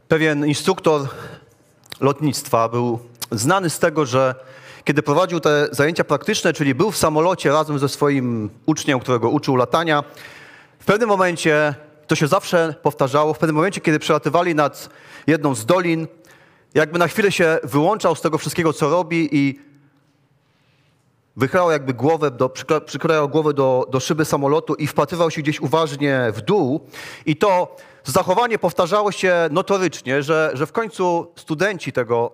Pewien instruktor lotnictwa był znany z tego, że kiedy prowadził te zajęcia praktyczne, czyli był w samolocie razem ze swoim uczniem, którego uczył latania, w pewnym momencie, to się zawsze powtarzało, w pewnym momencie, kiedy przelatywali nad jedną z dolin, jakby na chwilę się wyłączał z tego wszystkiego, co robi i wychylał jakby głowę, przyklejał głowę do szyby samolotu i wpatrywał się gdzieś uważnie w dół. I to zachowanie powtarzało się notorycznie, że w końcu studenci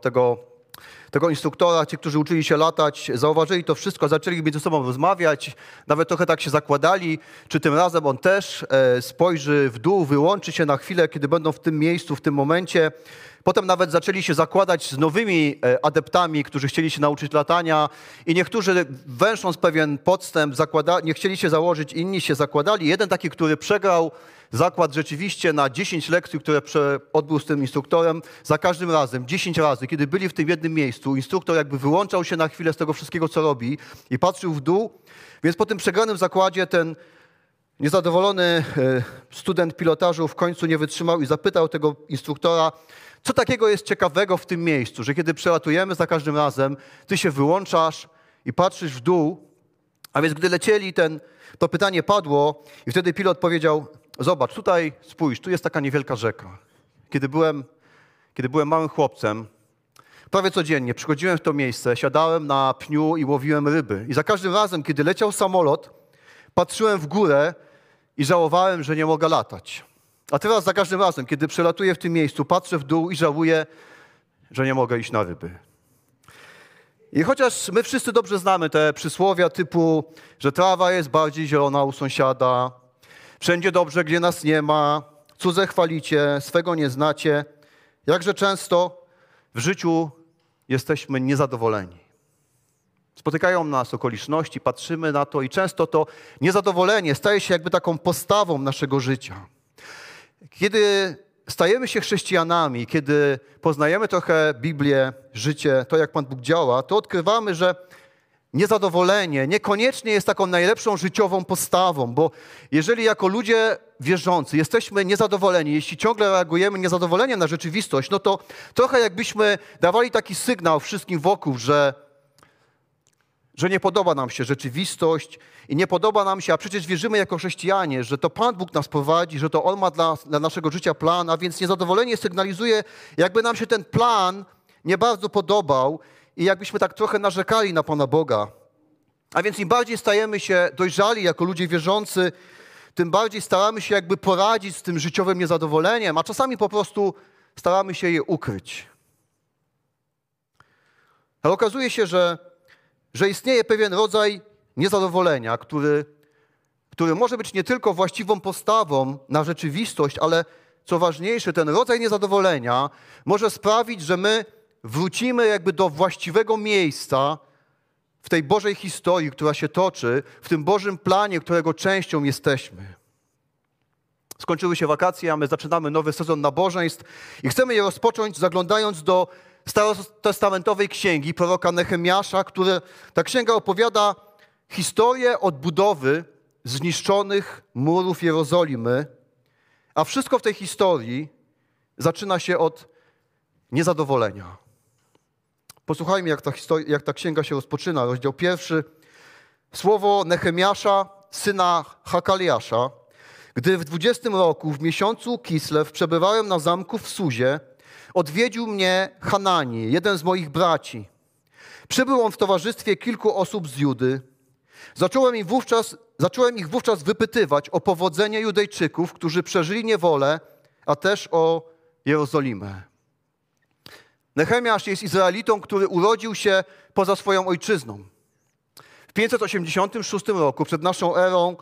tego instruktora, ci, którzy uczyli się latać, zauważyli to wszystko, zaczęli między sobą rozmawiać, nawet trochę tak się zakładali, czy tym razem on też spojrzy w dół, wyłączy się na chwilę, kiedy będą w tym miejscu, w tym momencie. Potem nawet zaczęli się zakładać z nowymi adeptami, którzy chcieli się nauczyć latania i niektórzy, węsząc pewien podstęp, nie chcieli się założyć, inni się zakładali. Jeden taki, który przegrał zakład rzeczywiście na 10 lekcji, które odbył z tym instruktorem, za każdym razem, 10 razy, kiedy byli w tym jednym miejscu, instruktor jakby wyłączał się na chwilę z tego wszystkiego, co robi i patrzył w dół, więc po tym przegranym zakładzie ten niezadowolony student pilotażu w końcu nie wytrzymał i zapytał tego instruktora, co takiego jest ciekawego w tym miejscu, że kiedy przelatujemy za każdym razem, ty się wyłączasz i patrzysz w dół, a więc gdy lecieli, to pytanie padło i wtedy pilot powiedział, zobacz, tutaj spójrz, tu jest taka niewielka rzeka. Kiedy byłem małym chłopcem, prawie codziennie przychodziłem w to miejsce, siadałem na pniu i łowiłem ryby. I za każdym razem, kiedy leciał samolot, patrzyłem w górę i żałowałem, że nie mogę latać. A teraz za każdym razem, kiedy przelatuję w tym miejscu, patrzę w dół i żałuję, że nie mogę iść na ryby. I chociaż my wszyscy dobrze znamy te przysłowia typu, że trawa jest bardziej zielona u sąsiada, wszędzie dobrze, gdzie nas nie ma, cudze chwalicie, swego nie znacie, jakże często w życiu jesteśmy niezadowoleni. Spotykają nas okoliczności, patrzymy na to i często to niezadowolenie staje się jakby taką postawą naszego życia. Kiedy stajemy się chrześcijanami, kiedy poznajemy trochę Biblię, życie, to jak Pan Bóg działa, to odkrywamy, że niezadowolenie niekoniecznie jest taką najlepszą życiową postawą, bo jeżeli jako ludzie wierzący jesteśmy niezadowoleni, jeśli ciągle reagujemy niezadowoleniem na rzeczywistość, no to trochę jakbyśmy dawali taki sygnał wszystkim wokół, że nie podoba nam się rzeczywistość i nie podoba nam się, a przecież wierzymy jako chrześcijanie, że to Pan Bóg nas prowadzi, że to On ma dla naszego życia plan, a więc niezadowolenie sygnalizuje, jakby nam się ten plan nie bardzo podobał i jakbyśmy tak trochę narzekali na Pana Boga. A więc im bardziej stajemy się dojrzali jako ludzie wierzący, tym bardziej staramy się jakby poradzić z tym życiowym niezadowoleniem, a czasami po prostu staramy się je ukryć. Ale okazuje się, że istnieje pewien rodzaj niezadowolenia, który może być nie tylko właściwą postawą na rzeczywistość, ale co ważniejsze, ten rodzaj niezadowolenia może sprawić, że my wrócimy jakby do właściwego miejsca w tej Bożej historii, która się toczy, w tym Bożym planie, którego częścią jesteśmy. Skończyły się wakacje, a my zaczynamy nowy sezon nabożeństw i chcemy je rozpocząć zaglądając do starotestamentowej księgi proroka Nehemiasza, ta księga opowiada historię odbudowy zniszczonych murów Jerozolimy, a wszystko w tej historii zaczyna się od niezadowolenia. Posłuchajmy, jak ta księga się rozpoczyna. Rozdział 1. Słowo Nehemiasza, syna Hakaliasza. Gdy w 20 roku, w miesiącu Kislew, przebywałem na zamku w Suzie, odwiedził mnie Hanani, jeden z moich braci. Przybył on w towarzystwie kilku osób z Judy. Zacząłem ich wówczas wypytywać o powodzenie Judejczyków, którzy przeżyli niewolę, a też o Jerozolimę. Nehemiasz jest Izraelitą, który urodził się poza swoją ojczyzną. W 586 roku przed naszą erą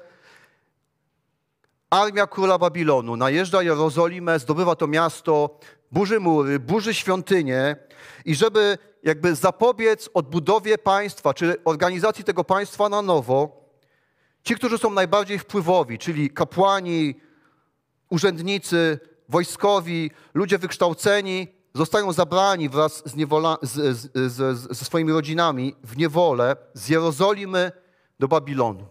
armia króla Babilonu najeżdża Jerozolimę, zdobywa to miasto, burzy mury, burzy świątynię i żeby jakby zapobiec odbudowie państwa, czy organizacji tego państwa na nowo, ci, którzy są najbardziej wpływowi, czyli kapłani, urzędnicy, wojskowi, ludzie wykształceni, zostają zabrani wraz ze swoimi rodzinami w niewolę z Jerozolimy do Babilonu.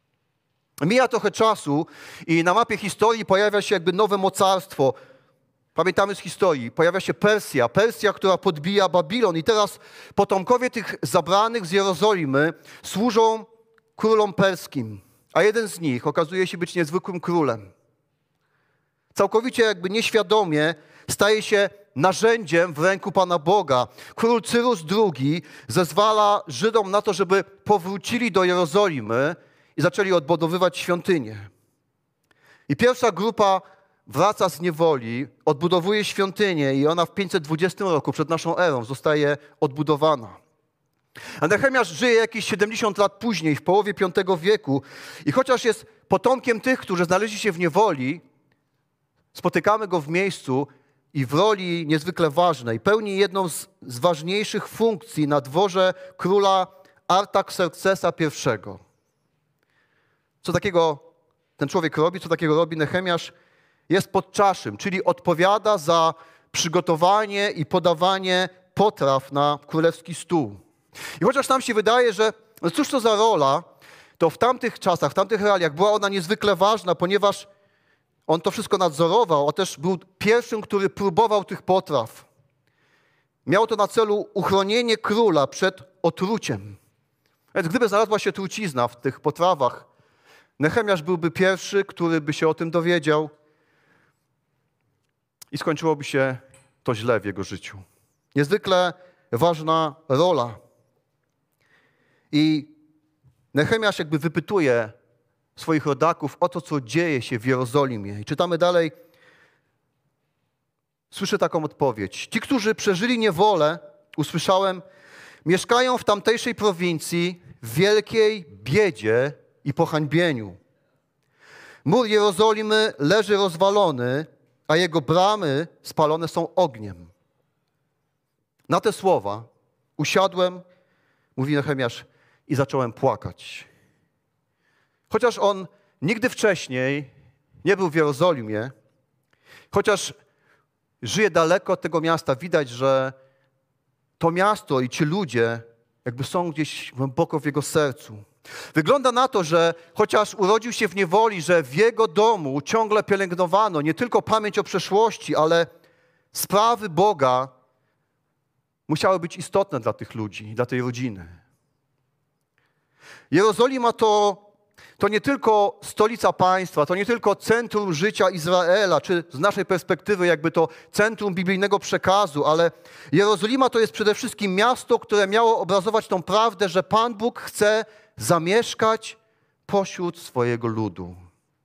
Mija trochę czasu i na mapie historii pojawia się jakby nowe mocarstwo. Pamiętamy z historii, pojawia się Persja, która podbija Babilon i teraz potomkowie tych zabranych z Jerozolimy służą królom perskim, a jeden z nich okazuje się być niezwykłym królem. Całkowicie jakby nieświadomie staje się narzędziem w ręku Pana Boga. Król Cyrus II zezwala Żydom na to, żeby powrócili do Jerozolimy i zaczęli odbudowywać świątynię. I pierwsza grupa wraca z niewoli, odbudowuje świątynię i ona w 520 roku przed naszą erą zostaje odbudowana. A Nehemiasz żyje jakieś 70 lat później, w połowie V wieku i chociaż jest potomkiem tych, którzy znaleźli się w niewoli, spotykamy go w miejscu i w roli niezwykle ważnej. Pełni jedną z ważniejszych funkcji na dworze króla Artaxerxesa I. Co takiego ten człowiek robi, co takiego robi Nehemiasz? Jest podczaszym, czyli odpowiada za przygotowanie i podawanie potraw na królewski stół. I chociaż nam się wydaje, że no cóż to za rola, to w tamtych czasach, w tamtych realiach była ona niezwykle ważna, ponieważ on to wszystko nadzorował, a też był pierwszym, który próbował tych potraw. Miało to na celu uchronienie króla przed otruciem. Więc gdyby znalazła się trucizna w tych potrawach, Nehemiasz byłby pierwszy, który by się o tym dowiedział i skończyłoby się to źle w jego życiu. Niezwykle ważna rola. I Nehemiasz jakby wypytuje swoich rodaków o to, co dzieje się w Jerozolimie. I czytamy dalej, słyszę taką odpowiedź. Ci, którzy przeżyli niewolę, usłyszałem, mieszkają w tamtejszej prowincji w wielkiej biedzie i pohańbieniu. Mur Jerozolimy leży rozwalony, a jego bramy spalone są ogniem. Na te słowa usiadłem, mówi Nehemiasz, i zacząłem płakać. Chociaż on nigdy wcześniej nie był w Jerozolimie, chociaż żyje daleko od tego miasta, widać, że to miasto i ci ludzie jakby są gdzieś głęboko w jego sercu. Wygląda na to, że chociaż urodził się w niewoli, że w jego domu ciągle pielęgnowano nie tylko pamięć o przeszłości, ale sprawy Boga musiały być istotne dla tych ludzi, dla tej rodziny. Jerozolima to nie tylko stolica państwa, to nie tylko centrum życia Izraela, czy z naszej perspektywy jakby to centrum biblijnego przekazu, ale Jerozolima to jest przede wszystkim miasto, które miało obrazować tą prawdę, że Pan Bóg chce zamieszkać pośród swojego ludu.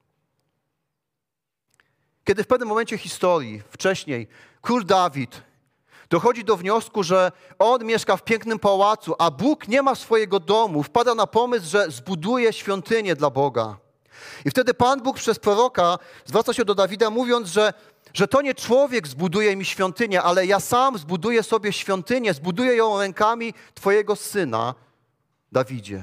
Kiedy w pewnym momencie historii, wcześniej, król Dawid dochodzi do wniosku, że on mieszka w pięknym pałacu, a Bóg nie ma swojego domu, wpada na pomysł, że zbuduje świątynię dla Boga. I wtedy Pan Bóg przez proroka zwraca się do Dawida, mówiąc, że to nie człowiek zbuduje mi świątynię, ale ja sam zbuduję sobie świątynię, zbuduję ją rękami twojego syna, Dawidzie.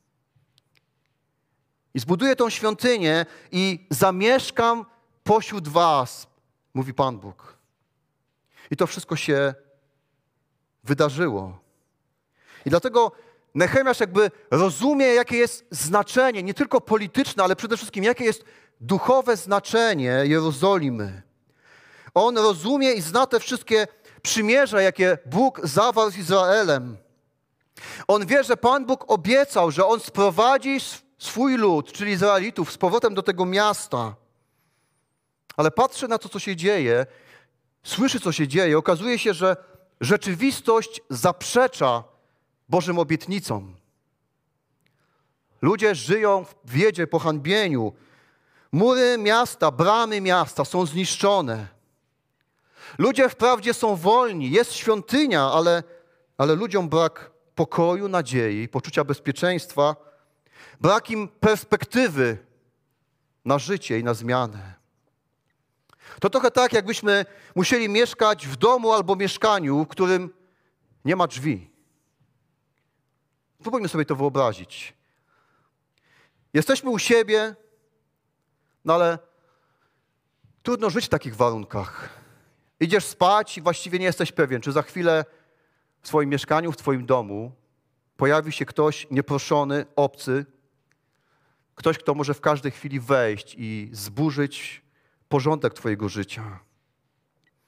I zbuduję tą świątynię i zamieszkam pośród was, mówi Pan Bóg. I to wszystko się wydarzyło. I dlatego Nehemiasz jakby rozumie, jakie jest znaczenie, nie tylko polityczne, ale przede wszystkim jakie jest duchowe znaczenie Jerozolimy. On rozumie i zna te wszystkie przymierza, jakie Bóg zawarł z Izraelem. On wie, że Pan Bóg obiecał, że On sprowadzi swój lud, czyli Izraelitów, z powrotem do tego miasta. Ale patrzy na to, co się dzieje, słyszy, co się dzieje. Okazuje się, że rzeczywistość zaprzecza Bożym obietnicom. Ludzie żyją w biedzie, pohańbieniu. Mury miasta, bramy miasta są zniszczone. Ludzie wprawdzie są wolni, jest świątynia, ale ludziom brak pokoju, nadziei, poczucia bezpieczeństwa, brak im perspektywy na życie i na zmianę. To trochę tak, jakbyśmy musieli mieszkać w domu albo mieszkaniu, w którym nie ma drzwi. Spróbujmy sobie to wyobrazić. Jesteśmy u siebie, no ale trudno żyć w takich warunkach. Idziesz spać i właściwie nie jesteś pewien, czy za chwilę w swoim mieszkaniu, w twoim domu pojawi się ktoś nieproszony, obcy, ktoś, kto może w każdej chwili wejść i zburzyć porządek twojego życia.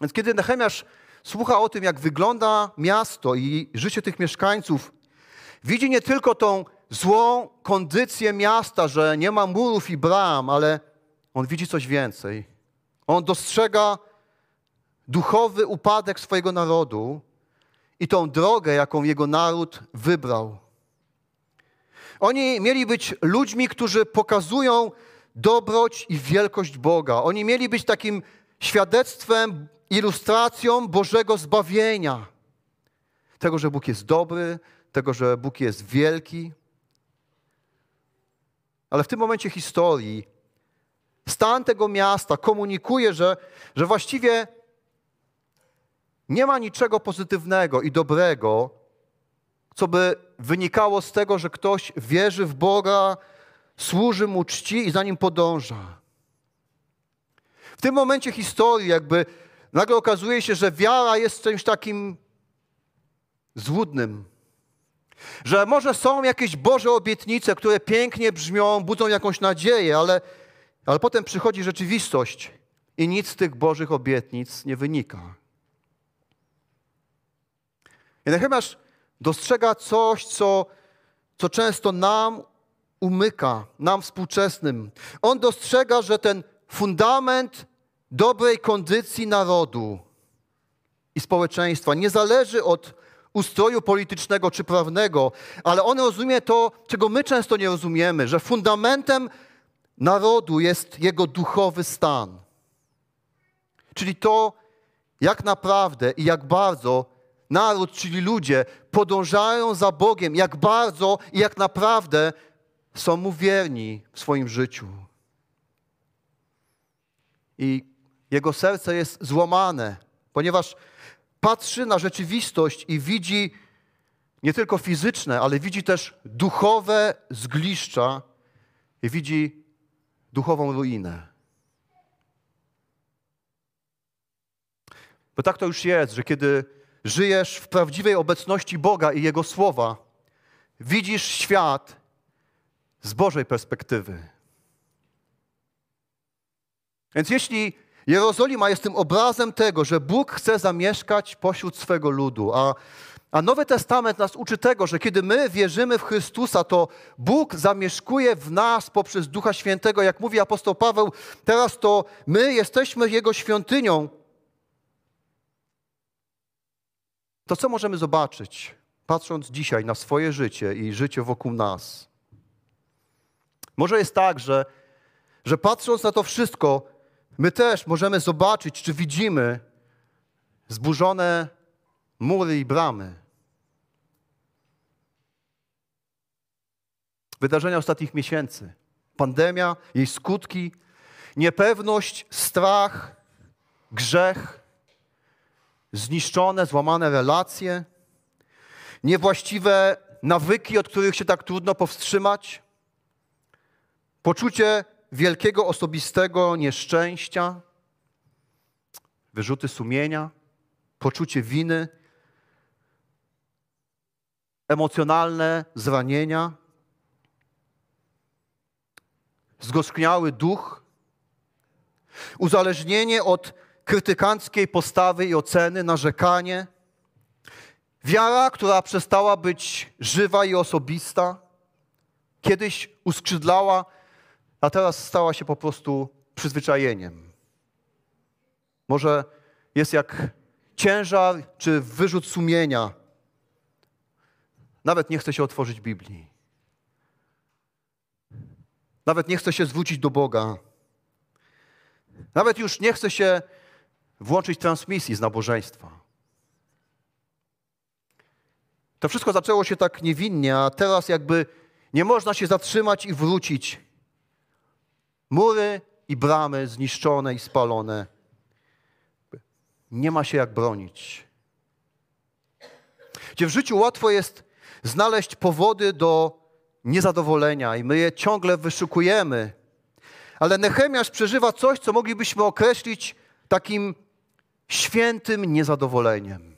Więc kiedy Nehemiasz słucha o tym, jak wygląda miasto i życie tych mieszkańców, widzi nie tylko tą złą kondycję miasta, że nie ma murów i bram, ale on widzi coś więcej. On dostrzega duchowy upadek swojego narodu i tą drogę, jaką jego naród wybrał. Oni mieli być ludźmi, którzy pokazują dobroć i wielkość Boga. Oni mieli być takim świadectwem, ilustracją Bożego zbawienia. Tego, że Bóg jest dobry, tego, że Bóg jest wielki. Ale w tym momencie historii stan tego miasta komunikuje, że właściwie nie ma niczego pozytywnego i dobrego, co by wynikało z tego, że ktoś wierzy w Boga, służy Mu, czci i za Nim podąża. W tym momencie historii jakby nagle okazuje się, że wiara jest czymś takim złudnym. Że może są jakieś Boże obietnice, które pięknie brzmią, budzą jakąś nadzieję, ale potem przychodzi rzeczywistość i nic z tych Bożych obietnic nie wynika. I Nehemiasz dostrzega coś, co często nam umyka, nam współczesnym. On dostrzega, że ten fundament dobrej kondycji narodu i społeczeństwa nie zależy od ustroju politycznego czy prawnego, ale on rozumie to, czego my często nie rozumiemy, że fundamentem narodu jest jego duchowy stan. Czyli to, jak naprawdę i jak bardzo naród, czyli ludzie, podążają za Bogiem, jak bardzo i jak naprawdę są Mu wierni w swoim życiu. I jego serce jest złamane, ponieważ patrzy na rzeczywistość i widzi nie tylko fizyczne, ale widzi też duchowe zgliszcza i widzi duchową ruinę. Bo tak to już jest, że kiedy żyjesz w prawdziwej obecności Boga i Jego słowa, widzisz świat z Bożej perspektywy. Więc jeśli Jerozolima jest tym obrazem tego, że Bóg chce zamieszkać pośród swego ludu, a Nowy Testament nas uczy tego, że kiedy my wierzymy w Chrystusa, to Bóg zamieszkuje w nas poprzez Ducha Świętego. Jak mówi apostoł Paweł, teraz to my jesteśmy Jego świątynią. To co możemy zobaczyć, patrząc dzisiaj na swoje życie i życie wokół nas? Może jest tak, że patrząc na to wszystko, my też możemy zobaczyć, czy widzimy zburzone mury i bramy. Wydarzenia ostatnich miesięcy, pandemia, jej skutki, niepewność, strach, grzech, zniszczone, złamane relacje, niewłaściwe nawyki, od których się tak trudno powstrzymać, poczucie wielkiego osobistego nieszczęścia, wyrzuty sumienia, poczucie winy, emocjonalne zranienia, zgorzkniały duch, uzależnienie od krytykanckiej postawy i oceny, narzekanie, wiara, która przestała być żywa i osobista, kiedyś uskrzydlała, a teraz stała się po prostu przyzwyczajeniem. Może jest jak ciężar czy wyrzut sumienia. Nawet nie chce się otworzyć Biblii. Nawet nie chce się zwrócić do Boga. Nawet już nie chce się włączyć transmisji z nabożeństwa. To wszystko zaczęło się tak niewinnie, a teraz jakby nie można się zatrzymać i wrócić. Mury i bramy zniszczone i spalone. Nie ma się jak bronić. Gdzie w życiu łatwo jest znaleźć powody do niezadowolenia i my je ciągle wyszukujemy. Ale Nehemiasz przeżywa coś, co moglibyśmy określić takim świętym niezadowoleniem.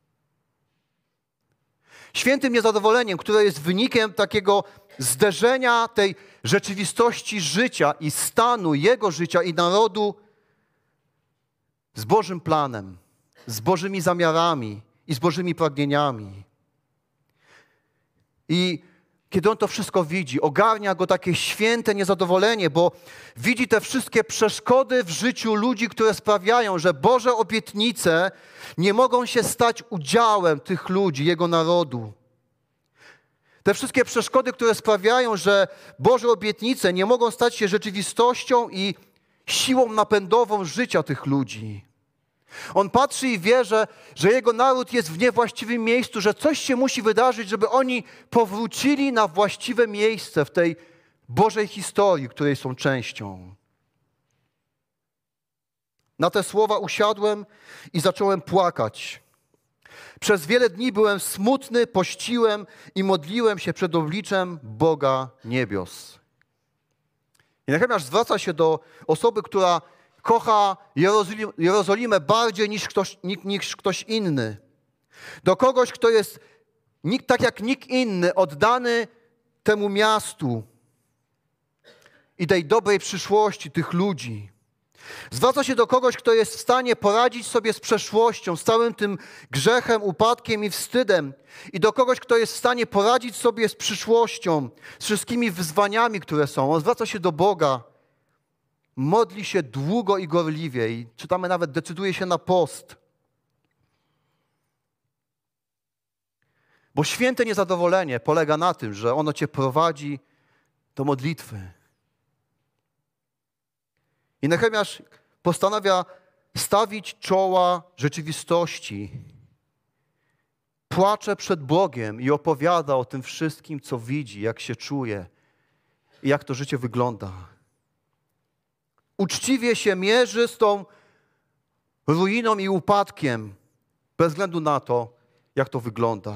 Świętym niezadowoleniem, które jest wynikiem takiego zderzenia tej rzeczywistości życia i stanu jego życia i narodu z Bożym planem, z Bożymi zamiarami i z Bożymi pragnieniami. I kiedy on to wszystko widzi, ogarnia go takie święte niezadowolenie, bo widzi te wszystkie przeszkody w życiu ludzi, które sprawiają, że Boże obietnice nie mogą się stać udziałem tych ludzi, Jego narodu. Te wszystkie przeszkody, które sprawiają, że Boże obietnice nie mogą stać się rzeczywistością i siłą napędową życia tych ludzi. On patrzy i wie, że jego naród jest w niewłaściwym miejscu, że coś się musi wydarzyć, żeby oni powrócili na właściwe miejsce w tej Bożej historii, której są częścią. Na te słowa usiadłem i zacząłem płakać. Przez wiele dni byłem smutny, pościłem i modliłem się przed obliczem Boga niebios. I Nehemiasz zwraca się do osoby, która kocha Jerozolimę bardziej niż ktoś inny. Do kogoś, kto jest tak jak nikt inny oddany temu miastu i tej dobrej przyszłości tych ludzi. Zwraca się do kogoś, kto jest w stanie poradzić sobie z przeszłością, z całym tym grzechem, upadkiem i wstydem. I do kogoś, kto jest w stanie poradzić sobie z przyszłością, z wszystkimi wyzwaniami, które są. On zwraca się do Boga. Modli się długo i gorliwie i czytamy nawet, decyduje się na post. Bo święte niezadowolenie polega na tym, że ono cię prowadzi do modlitwy. I Nehemiasz postanawia stawić czoła rzeczywistości. Płacze przed Bogiem i opowiada o tym wszystkim, co widzi, jak się czuje i jak to życie wygląda. Uczciwie się mierzy z tą ruiną i upadkiem, bez względu na to, jak to wygląda.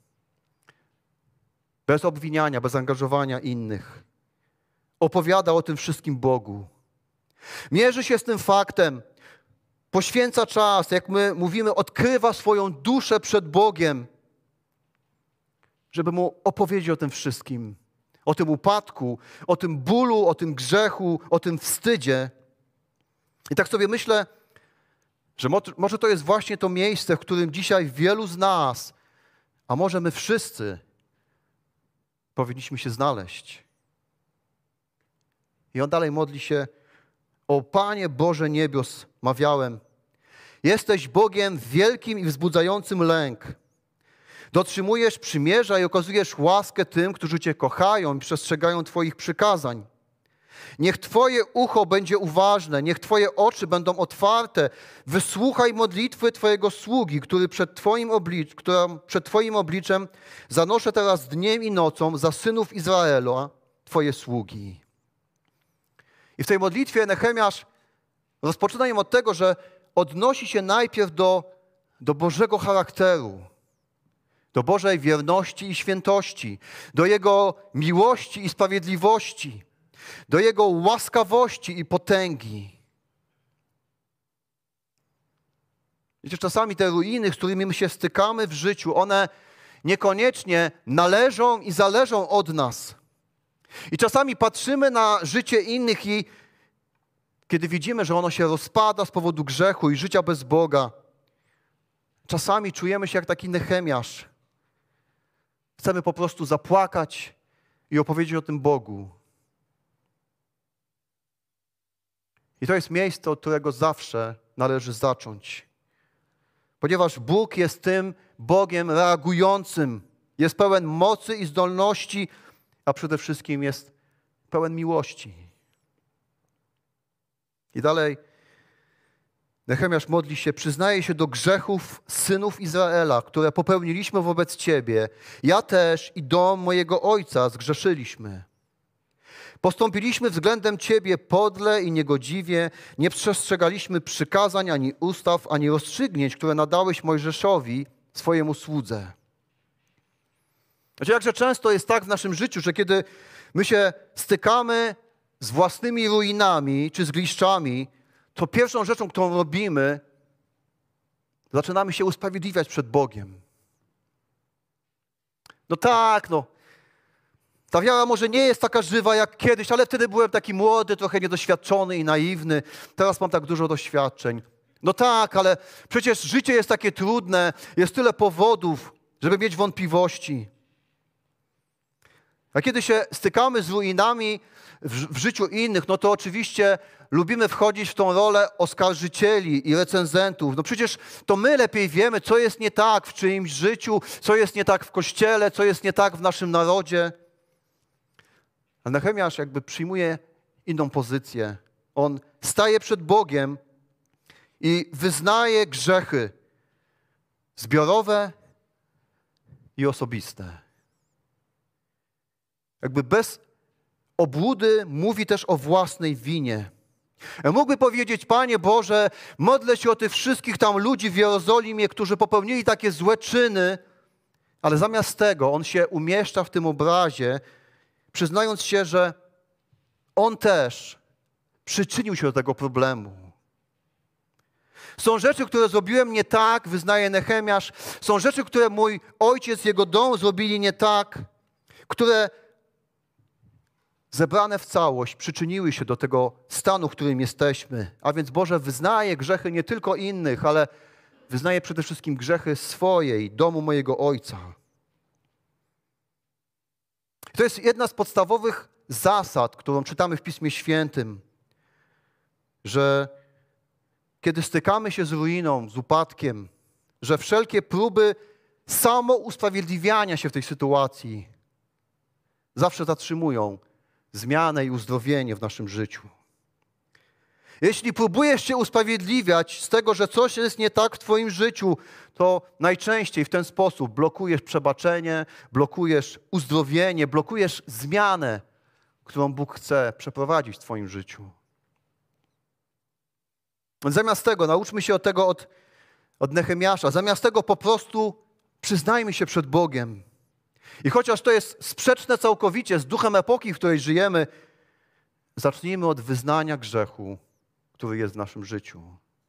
Bez obwiniania, bez angażowania innych. Opowiada o tym wszystkim Bogu. Mierzy się z tym faktem, poświęca czas, jak my mówimy, odkrywa swoją duszę przed Bogiem, żeby Mu opowiedzieć o tym wszystkim. O tym upadku, o tym bólu, o tym grzechu, o tym wstydzie. I tak sobie myślę, że może to jest właśnie to miejsce, w którym dzisiaj wielu z nas, a może my wszyscy, powinniśmy się znaleźć. I on dalej modli się: o Panie Boże niebios, mawiałem, jesteś Bogiem wielkim i wzbudzającym lęk. Dotrzymujesz przymierza i okazujesz łaskę tym, którzy Cię kochają i przestrzegają Twoich przykazań. Niech Twoje ucho będzie uważne, niech Twoje oczy będą otwarte. Wysłuchaj modlitwy Twojego sługi, którą przed Twoim obliczem zanoszę teraz dniem i nocą za synów Izraela, Twoje sługi. I w tej modlitwie Nehemiasz rozpoczyna ją od tego, że odnosi się najpierw do Bożego charakteru, do Bożej wierności i świętości, do Jego miłości i sprawiedliwości, do Jego łaskawości i potęgi. Wiecie, czasami te ruiny, z którymi my się stykamy w życiu, one niekoniecznie należą i zależą od nas. I czasami patrzymy na życie innych i kiedy widzimy, że ono się rozpada z powodu grzechu i życia bez Boga, czasami czujemy się jak taki Nehemiasz. Chcemy po prostu zapłakać i opowiedzieć o tym Bogu. I to jest miejsce, od którego zawsze należy zacząć. Ponieważ Bóg jest tym Bogiem reagującym, jest pełen mocy i zdolności, a przede wszystkim jest pełen miłości. I dalej Nehemiasz modli się: przyznaje się do grzechów synów Izraela, które popełniliśmy wobec Ciebie. Ja też i dom mojego ojca zgrzeszyliśmy. Postąpiliśmy względem Ciebie podle i niegodziwie, nie przestrzegaliśmy przykazań, ani ustaw, ani rozstrzygnięć, które nadałeś Mojżeszowi, swojemu słudze. Znaczy, jakże często jest tak w naszym życiu, że kiedy my się stykamy z własnymi ruinami czy z gliszczami, to pierwszą rzeczą, którą robimy, zaczynamy się usprawiedliwiać przed Bogiem. No tak, ta wiara może nie jest taka żywa jak kiedyś, ale wtedy byłem taki młody, trochę niedoświadczony i naiwny. Teraz mam tak dużo doświadczeń. No tak, ale przecież życie jest takie trudne, jest tyle powodów, żeby mieć wątpliwości. A kiedy się stykamy z ruinami w życiu innych, no to oczywiście lubimy wchodzić w tą rolę oskarżycieli i recenzentów. No przecież to my lepiej wiemy, co jest nie tak w czyimś życiu, co jest nie tak w Kościele, co jest nie tak w naszym narodzie. A Nehemiasz jakby przyjmuje inną pozycję. On staje przed Bogiem i wyznaje grzechy zbiorowe i osobiste. Jakby bez obłudy mówi też o własnej winie. Mógłby powiedzieć: Panie Boże, modlę się o tych wszystkich tam ludzi w Jerozolimie, którzy popełnili takie złe czyny, ale zamiast tego on się umieszcza w tym obrazie, przyznając się, że on też przyczynił się do tego problemu. Są rzeczy, które zrobiłem nie tak, wyznaje Nehemiasz. Są rzeczy, które mój ojciec, jego dom zrobili nie tak, które zebrane w całość przyczyniły się do tego stanu, w którym jesteśmy. A więc Boże wyznaje grzechy nie tylko innych, ale wyznaje przede wszystkim grzechy swojej, domu mojego ojca. To jest jedna z podstawowych zasad, którą czytamy w Pismie Świętym, że kiedy stykamy się z ruiną, z upadkiem, że wszelkie próby samousprawiedliwiania się w tej sytuacji zawsze zatrzymują zmianę i uzdrowienie w naszym życiu. Jeśli próbujesz się usprawiedliwiać z tego, że coś jest nie tak w twoim życiu, to najczęściej w ten sposób blokujesz przebaczenie, blokujesz uzdrowienie, blokujesz zmianę, którą Bóg chce przeprowadzić w twoim życiu. Zamiast tego, nauczmy się tego od Nehemiasza, zamiast tego po prostu przyznajmy się przed Bogiem. I chociaż to jest sprzeczne całkowicie z duchem epoki, w której żyjemy, zacznijmy od wyznania grzechu, który jest w naszym życiu.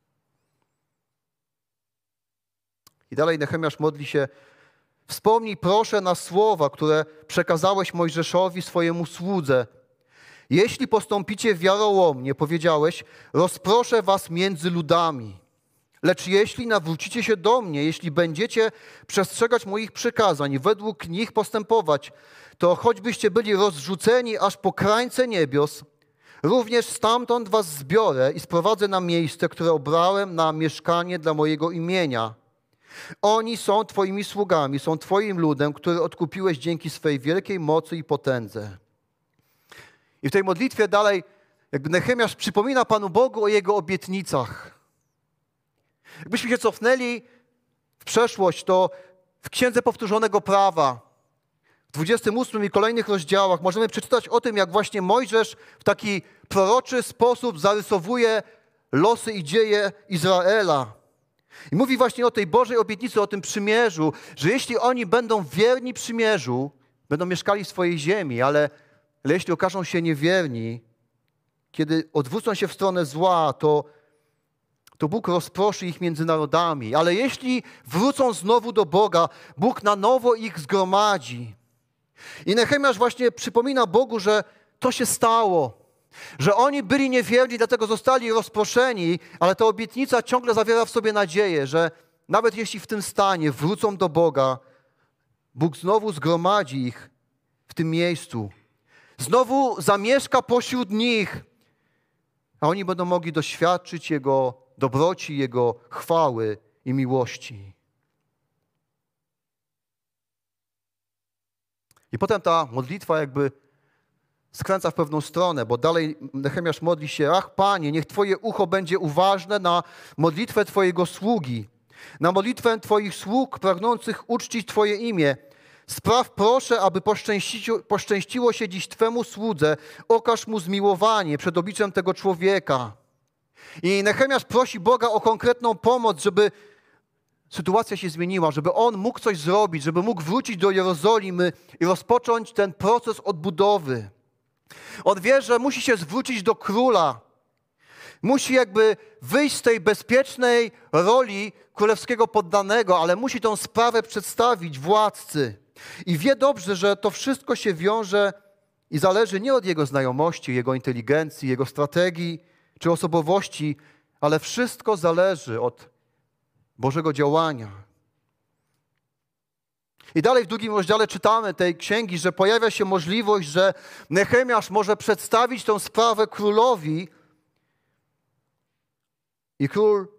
I dalej Nehemiasz modli się: wspomnij proszę na słowa, które przekazałeś Mojżeszowi, swojemu słudze. Jeśli postąpicie wiarołomnie, powiedziałeś, rozproszę was między ludami. Lecz jeśli nawrócicie się do mnie, jeśli będziecie przestrzegać moich przykazań i według nich postępować, to choćbyście byli rozrzuceni aż po krańce niebios, również stamtąd was zbiorę i sprowadzę na miejsce, które obrałem na mieszkanie dla mojego imienia. Oni są twoimi sługami, są twoim ludem, który odkupiłeś dzięki swej wielkiej mocy i potędze. I w tej modlitwie dalej jakby Nehemiasz przypomina Panu Bogu o Jego obietnicach. Jakbyśmy się cofnęli w przeszłość, to w Księdze Powtórzonego Prawa, w 28 i kolejnych rozdziałach możemy przeczytać o tym, jak właśnie Mojżesz w taki proroczy sposób zarysowuje losy i dzieje Izraela. I mówi właśnie o tej Bożej obietnicy, o tym przymierzu, że jeśli oni będą wierni przymierzu, będą mieszkali w swojej ziemi, ale jeśli okażą się niewierni, kiedy odwrócą się w stronę zła, to Bóg rozproszy ich między narodami. Ale jeśli wrócą znowu do Boga, Bóg na nowo ich zgromadzi. I Nehemiasz właśnie przypomina Bogu, że to się stało, że oni byli niewierni, dlatego zostali rozproszeni, ale ta obietnica ciągle zawiera w sobie nadzieję, że nawet jeśli w tym stanie wrócą do Boga, Bóg znowu zgromadzi ich w tym miejscu. Znowu zamieszka pośród nich, a oni będą mogli doświadczyć Jego dobroci, Jego chwały i miłości. I potem ta modlitwa jakby skręca w pewną stronę, bo dalej Nehemiasz modli się: ach Panie, niech Twoje ucho będzie uważne na modlitwę Twojego sługi, na modlitwę Twoich sług pragnących uczcić Twoje imię. Spraw proszę, aby poszczęściło się dziś Twemu słudze, okaż mu zmiłowanie przed obliczem tego człowieka. I Nehemiasz prosi Boga o konkretną pomoc, żeby sytuacja się zmieniła, żeby on mógł coś zrobić, żeby mógł wrócić do Jerozolimy i rozpocząć ten proces odbudowy. On wie, że musi się zwrócić do króla. Musi jakby wyjść z tej bezpiecznej roli królewskiego poddanego, ale musi tą sprawę przedstawić władcy. I wie dobrze, że to wszystko się wiąże i zależy nie od jego znajomości, jego inteligencji, jego strategii czy osobowości, ale wszystko zależy od Bożego działania. I dalej w 2 rozdziale czytamy tej księgi, że pojawia się możliwość, że Nehemiasz może przedstawić tę sprawę królowi i król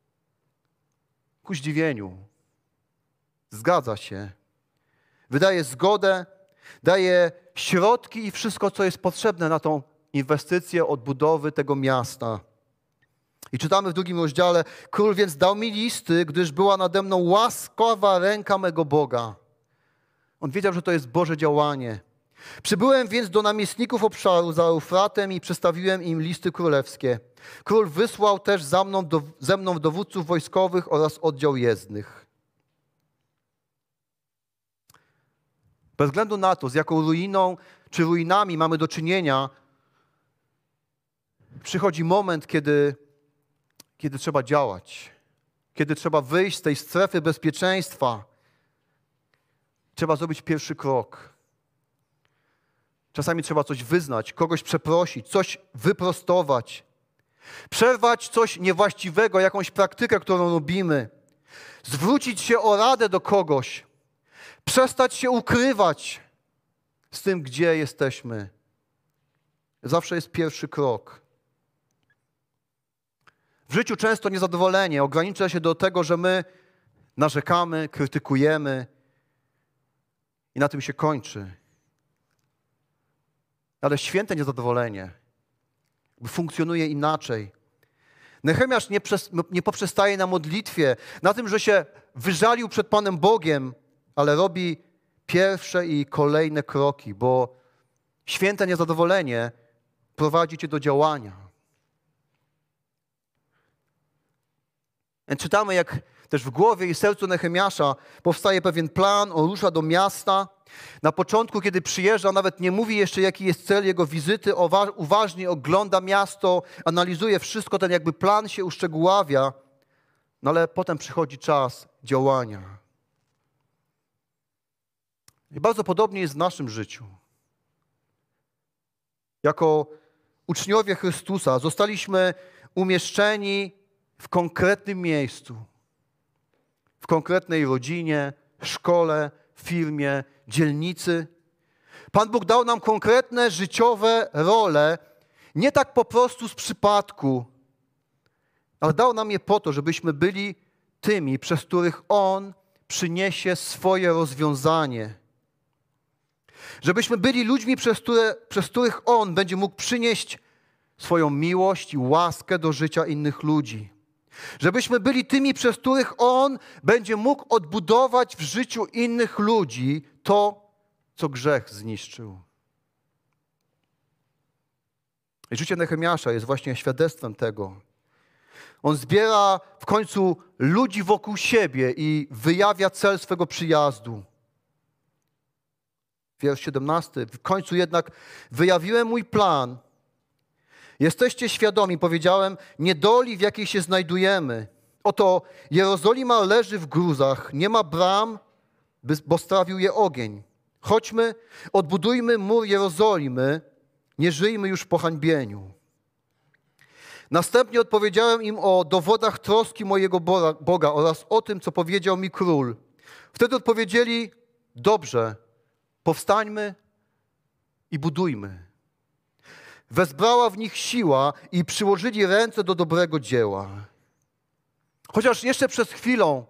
ku zdziwieniu zgadza się, wydaje zgodę, daje środki i wszystko, co jest potrzebne na tą inwestycję odbudowy tego miasta. I czytamy w 2 rozdziale, król więc dał mi listy, gdyż była nade mną łaskawa ręka mego Boga. On wiedział, że to jest Boże działanie. Przybyłem więc do namiestników obszaru za Eufratem i przedstawiłem im listy królewskie. Król wysłał też ze mną dowódców wojskowych oraz oddział jezdnych. Bez względu na to, z jaką ruiną czy ruinami mamy do czynienia, przychodzi moment, kiedy trzeba działać, kiedy trzeba wyjść z tej strefy bezpieczeństwa. Trzeba zrobić pierwszy krok. Czasami trzeba coś wyznać, kogoś przeprosić, coś wyprostować, przerwać coś niewłaściwego, jakąś praktykę, którą robimy, zwrócić się o radę do kogoś, przestać się ukrywać z tym, gdzie jesteśmy. Zawsze jest pierwszy krok. W życiu często niezadowolenie ogranicza się do tego, że my narzekamy, krytykujemy i na tym się kończy. Ale święte niezadowolenie funkcjonuje inaczej. Nehemiasz nie poprzestaje na modlitwie, na tym, że się wyżalił przed Panem Bogiem, ale robi pierwsze i kolejne kroki, bo święte niezadowolenie prowadzi cię do działania. Czytamy, jak też w głowie i sercu Nehemiasza powstaje pewien plan, on rusza do miasta. Na początku, kiedy przyjeżdża, nawet nie mówi jeszcze, jaki jest cel jego wizyty, uważnie ogląda miasto, analizuje wszystko, ten jakby plan się uszczegóławia, no ale potem przychodzi czas działania. I bardzo podobnie jest w naszym życiu. Jako uczniowie Chrystusa zostaliśmy umieszczeni w konkretnym miejscu, w konkretnej rodzinie, szkole, firmie, dzielnicy. Pan Bóg dał nam konkretne życiowe role, nie tak po prostu z przypadku, ale dał nam je po to, żebyśmy byli tymi, przez których On przyniesie swoje rozwiązanie. Żebyśmy byli ludźmi, przez których On będzie mógł przynieść swoją miłość i łaskę do życia innych ludzi. Żebyśmy byli tymi, przez których On będzie mógł odbudować w życiu innych ludzi to, co grzech zniszczył. I życie Nehemiasza jest właśnie świadectwem tego. On zbiera w końcu ludzi wokół siebie i wyjawia cel swego przyjazdu. Wiersz 17. W końcu jednak wyjawiłem mój plan. Jesteście świadomi, powiedziałem, niedoli, w jakiej się znajdujemy. Oto Jerozolima leży w gruzach, nie ma bram, bo strawił je ogień. Chodźmy, odbudujmy mur Jerozolimy, nie żyjmy już w pohańbieniu. Następnie odpowiedziałem im o dowodach troski mojego Boga oraz o tym, co powiedział mi król. Wtedy odpowiedzieli, dobrze, powstańmy i budujmy. Wezbrała w nich siła i przyłożyli ręce do dobrego dzieła. Chociaż jeszcze przez chwilę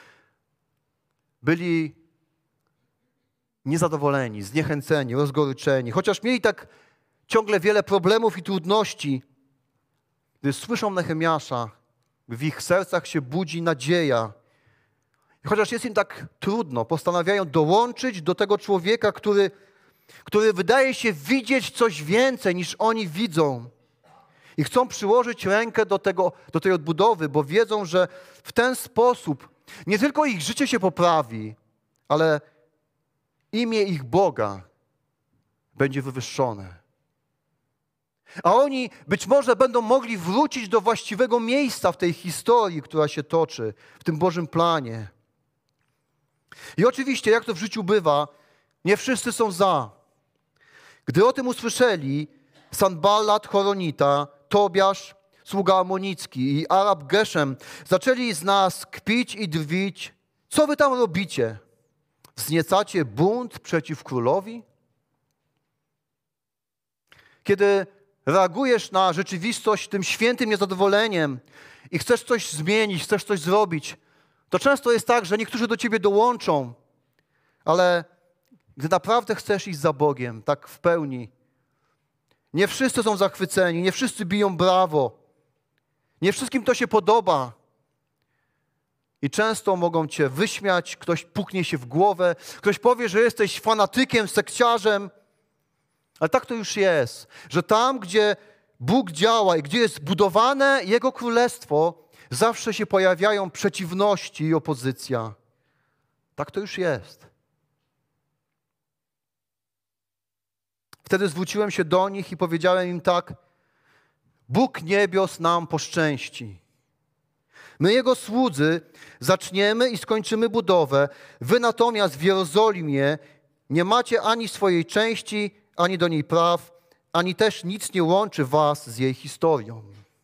byli niezadowoleni, zniechęceni, rozgoryczeni, chociaż mieli tak ciągle wiele problemów i trudności, gdy słyszą Nehemiasza, w ich sercach się budzi nadzieja. I chociaż jest im tak trudno, postanawiają dołączyć do tego człowieka, który wydaje się widzieć coś więcej niż oni widzą. I chcą przyłożyć rękę do tej odbudowy, bo wiedzą, że w ten sposób nie tylko ich życie się poprawi, ale imię ich Boga będzie wywyższone. A oni być może będą mogli wrócić do właściwego miejsca w tej historii, która się toczy, w tym Bożym planie. I oczywiście, jak to w życiu bywa, nie wszyscy są za. Gdy o tym usłyszeli, Sanballat Horonita, Tobiasz, sługa amonicki, i Arab Geszem zaczęli z nas kpić i drwić. Co wy tam robicie? Wzniecacie bunt przeciw królowi? Kiedy reagujesz na rzeczywistość tym świętym niezadowoleniem i chcesz coś zmienić, chcesz coś zrobić, to często jest tak, że niektórzy do ciebie dołączą, ale gdy naprawdę chcesz iść za Bogiem, tak w pełni, nie wszyscy są zachwyceni, nie wszyscy biją brawo, nie wszystkim to się podoba. I często mogą cię wyśmiać, ktoś puknie się w głowę, ktoś powie, że jesteś fanatykiem, sekciarzem. Ale tak to już jest, że tam, gdzie Bóg działa i gdzie jest budowane Jego Królestwo, zawsze się pojawiają przeciwności i opozycja. Tak to już jest. Wtedy zwróciłem się do nich i powiedziałem im tak: Bóg niebios nam poszczęści. My, Jego słudzy, zaczniemy i skończymy budowę. Wy natomiast w Jerozolimie nie macie ani swojej części, ani do niej praw, ani też nic nie łączy was z jej historią.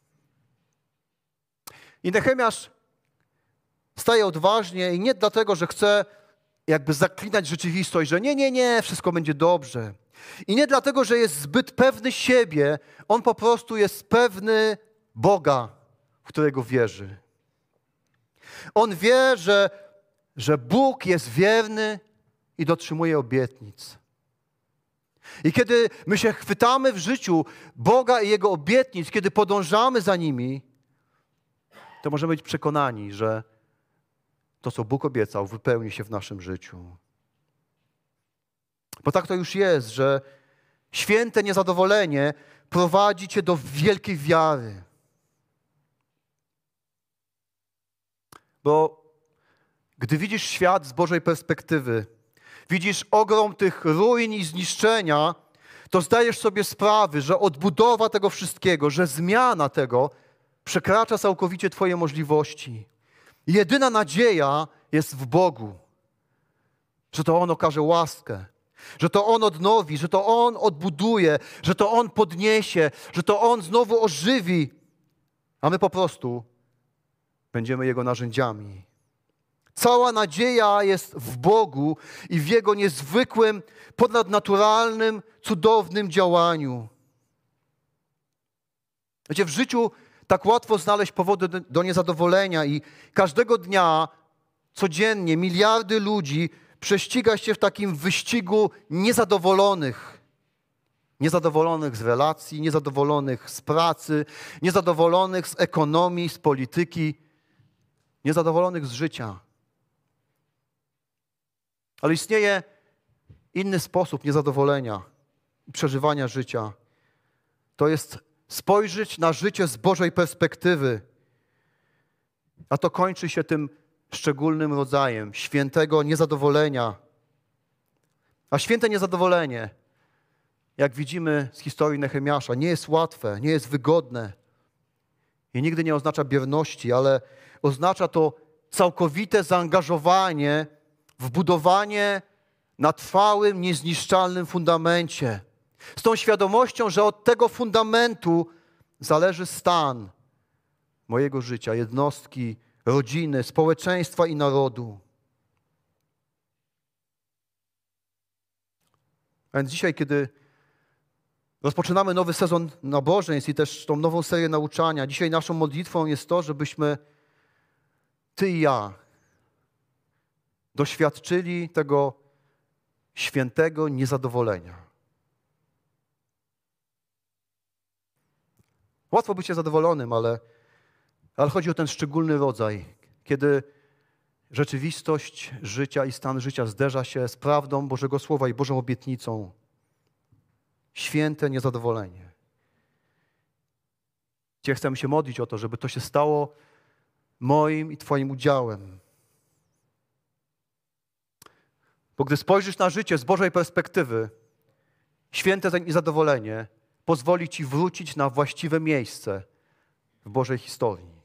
I Nehemiasz staje odważnie i nie dlatego, że chce jakby zaklinać rzeczywistość, że nie, wszystko będzie dobrze. I nie dlatego, że jest zbyt pewny siebie, on po prostu jest pewny Boga, w którego wierzy. On wie, że Bóg jest wierny i dotrzymuje obietnic. I kiedy my się chwytamy w życiu Boga i Jego obietnic, kiedy podążamy za nimi, to możemy być przekonani, że to, co Bóg obiecał, wypełni się w naszym życiu. Bo tak to już jest, że święte niezadowolenie prowadzi cię do wielkiej wiary. Bo gdy widzisz świat z Bożej perspektywy, widzisz ogrom tych ruin i zniszczenia, to zdajesz sobie sprawę, że odbudowa tego wszystkiego, że zmiana tego przekracza całkowicie twoje możliwości. Jedyna nadzieja jest w Bogu, że to On okaże łaskę, że to On odnowi, że to On odbuduje, że to On podniesie, że to On znowu ożywi, a my po prostu będziemy Jego narzędziami. Cała nadzieja jest w Bogu i w Jego niezwykłym, ponadnaturalnym, cudownym działaniu. Wiecie, w życiu tak łatwo znaleźć powody do niezadowolenia i każdego dnia, codziennie miliardy ludzi prześciga się w takim wyścigu niezadowolonych. Niezadowolonych z relacji, niezadowolonych z pracy, niezadowolonych z ekonomii, z polityki, niezadowolonych z życia. Ale istnieje inny sposób niezadowolenia i przeżywania życia. To jest spojrzeć na życie z Bożej perspektywy. A to kończy się tym szczególnym rodzajem świętego niezadowolenia. A święte niezadowolenie, jak widzimy z historii Nehemiasza, nie jest łatwe, nie jest wygodne i nigdy nie oznacza bierności, ale oznacza to całkowite zaangażowanie w budowanie na trwałym, niezniszczalnym fundamencie. Z tą świadomością, że od tego fundamentu zależy stan mojego życia, jednostki, rodziny, społeczeństwa i narodu. A więc dzisiaj, kiedy rozpoczynamy nowy sezon nabożeństw i też tą nową serię nauczania, dzisiaj naszą modlitwą jest to, żebyśmy ty i ja doświadczyli tego świętego niezadowolenia. Łatwo być zadowolonym, ale chodzi o ten szczególny rodzaj, kiedy rzeczywistość życia i stan życia zderza się z prawdą Bożego Słowa i Bożą obietnicą. Święte niezadowolenie. Dzisiaj chcemy się modlić o to, żeby to się stało moim i Twoim udziałem. Bo gdy spojrzysz na życie z Bożej perspektywy, święte niezadowolenie pozwoli Ci wrócić na właściwe miejsce w Bożej historii.